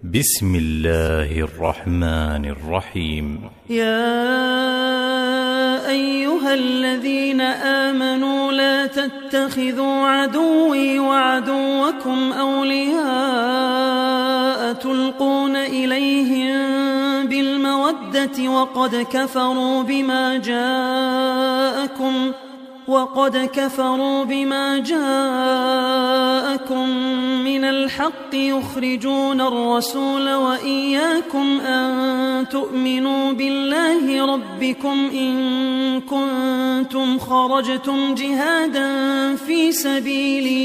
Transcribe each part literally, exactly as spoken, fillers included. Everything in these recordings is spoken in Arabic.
بسم الله الرحمن الرحيم. يا أيها الذين آمنوا لا تتخذوا عدوي وعدوكم أولياء تلقون إليهم بالمودة وقد كفروا بما جاءكم وقد كفروا بما جاءكم من الحق يخرجون الرسول وإياكم أن تؤمنوا بالله ربكم إن كنتم خرجتم جهادا في سبيلي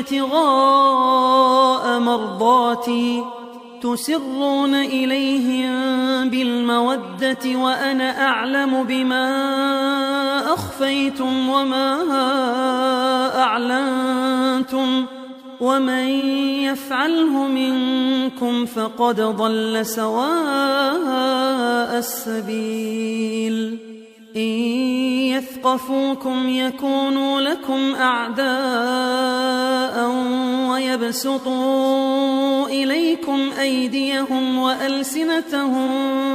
وابتغاء مرضاتي تسرون إليهم بالمودة وأنا أعلم بما أخفيتم وما أعلنتم ومن يفعله منكم فقد ضل سواء السبيل. إن يثقفوكم يكونوا لكم أعداء ويبسطوا إليكم أيديهم وألسنتهم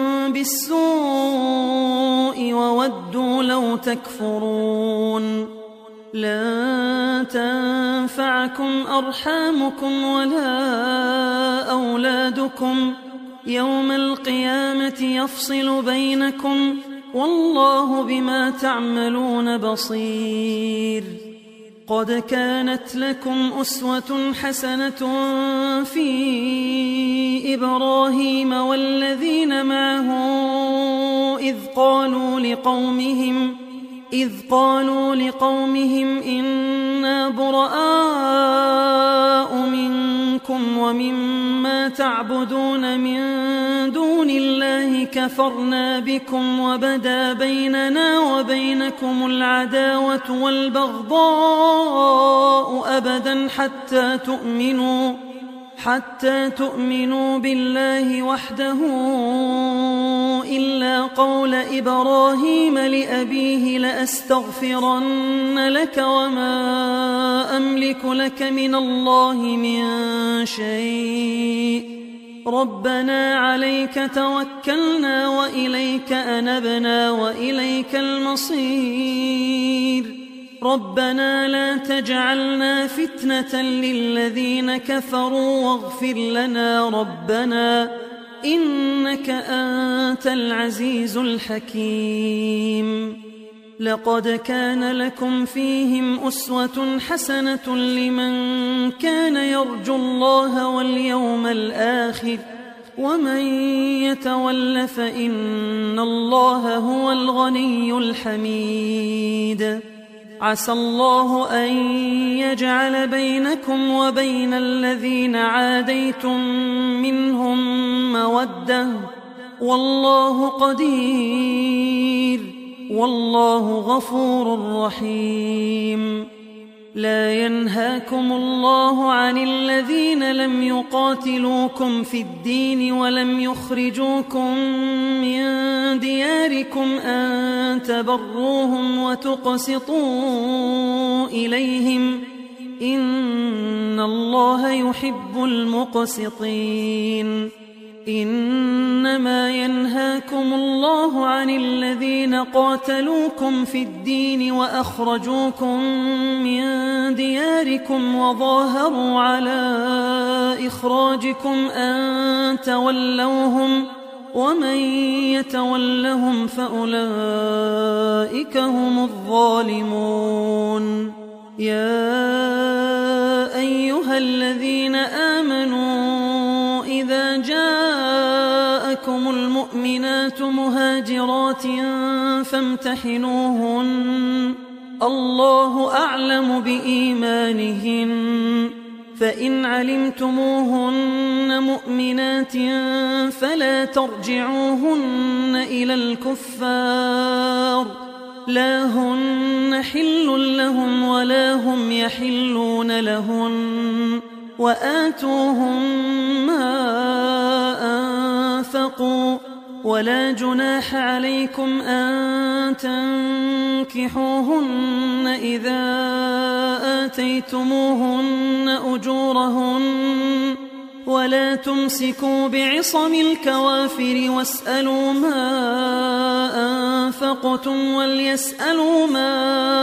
بالسوء وودوا لو تكفرون. لن تنفعكم أرحامكم ولا أولادكم يوم القيامة يفصل بينكم والله بما تعملون بصير. قد كانت لكم أسوة حسنة في إبراهيم والذين معه إذ قالوا لقومهم إذ قالوا لقومهم إنا براء منكم ومما تعبدون من دون الله كفرنا بكم وبدا بيننا وبينكم العداوة والبغضاء أبدا حتى تؤمنوا حتى تؤمنوا بالله وحده إلا قول إبراهيم لأبيه لأستغفرن لك وما أملك لك من الله من شيء ربنا عليك توكلنا وإليك أنبنا وإليك المصير. ربنا لا تجعلنا فتنة للذين كفروا واغفر لنا ربنا إنك أنت العزيز الحكيم. لقد كان لكم فيهم أسوة حسنة لمن كان يرجو الله واليوم الآخر ومن يتول فإن الله هو الغني الحميد. عسى الله أن يجعل بينكم وبين الذين عاديتم منهم مودة والله قدير والله غفور رحيم. لا ينهاكم الله عن الذين لم يقاتلوكم في الدين ولم يخرجوكم من دياركم أن تبروهم وتقسطوا إليهم إن الله يحب المقسطين. إنما ينهاكم الله عن الذين قاتلوكم في الدين وأخرجوكم من دياركم وظاهروا على إخراجكم أن تولوهم ومن يتولهم فأولئك هم الظالمون. يا أيها الذين آمنوا إذا جاءكم المؤمنات مهاجرات فامتحنوهن الله أعلم بإيمانهن فإن علمتموهن مؤمنات فلا ترجعوهن إلى الكفار لا هن حل لهم ولا هم يحلون لهن وآتوهم ما أنفقوا ولا جناح عليكم أن تنكحوهن إذا آتيتموهن أجورهن ولا تمسكوا بعصم الكوافر واسألوا ما أنفقتم وليسألوا ما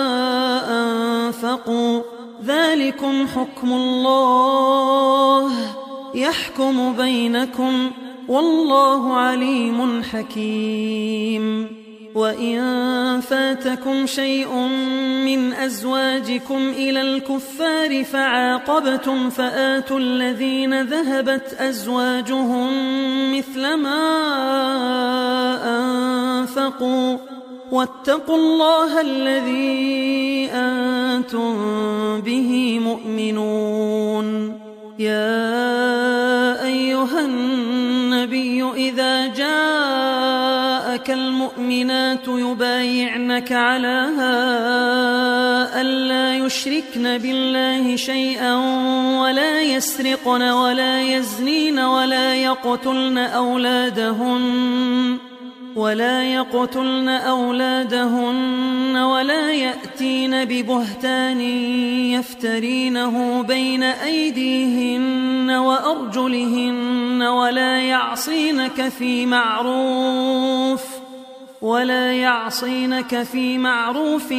أنفقوا ذلكم حكم الله يحكم بينكم والله عليم حكيم. وإن فاتكم شيء من أزواجكم إلى الكفار فعاقبتم فآتوا الذين ذهبت أزواجهم مثل ما أنفقوا واتقوا الله الذي أنتم به مؤمنون. يا أيها النبي إذا جاءك المؤمنات يبايعنك على ألا يشركن بالله شيئا ولا يسرقن ولا يزنين ولا يقتلن أولادهن ولا يقتلن أولادهن ولا يأتين ببهتان يفترينه بين أيديهن وأرجلهن ولا يعصينك في معروف ولا يعصينك في معروف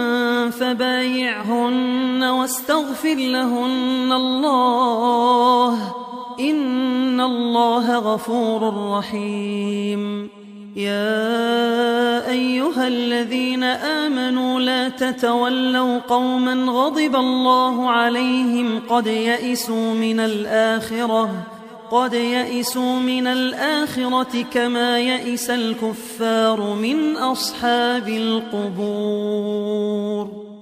فبايعهن واستغفر لهن الله إن الله غفور رحيم. يا أيها الذين آمنوا لا تتولوا قوما غضب الله عليهم قد يئسوا من الآخرة قد يئسوا من الآخرة كما يئس الكفار من أصحاب القبور.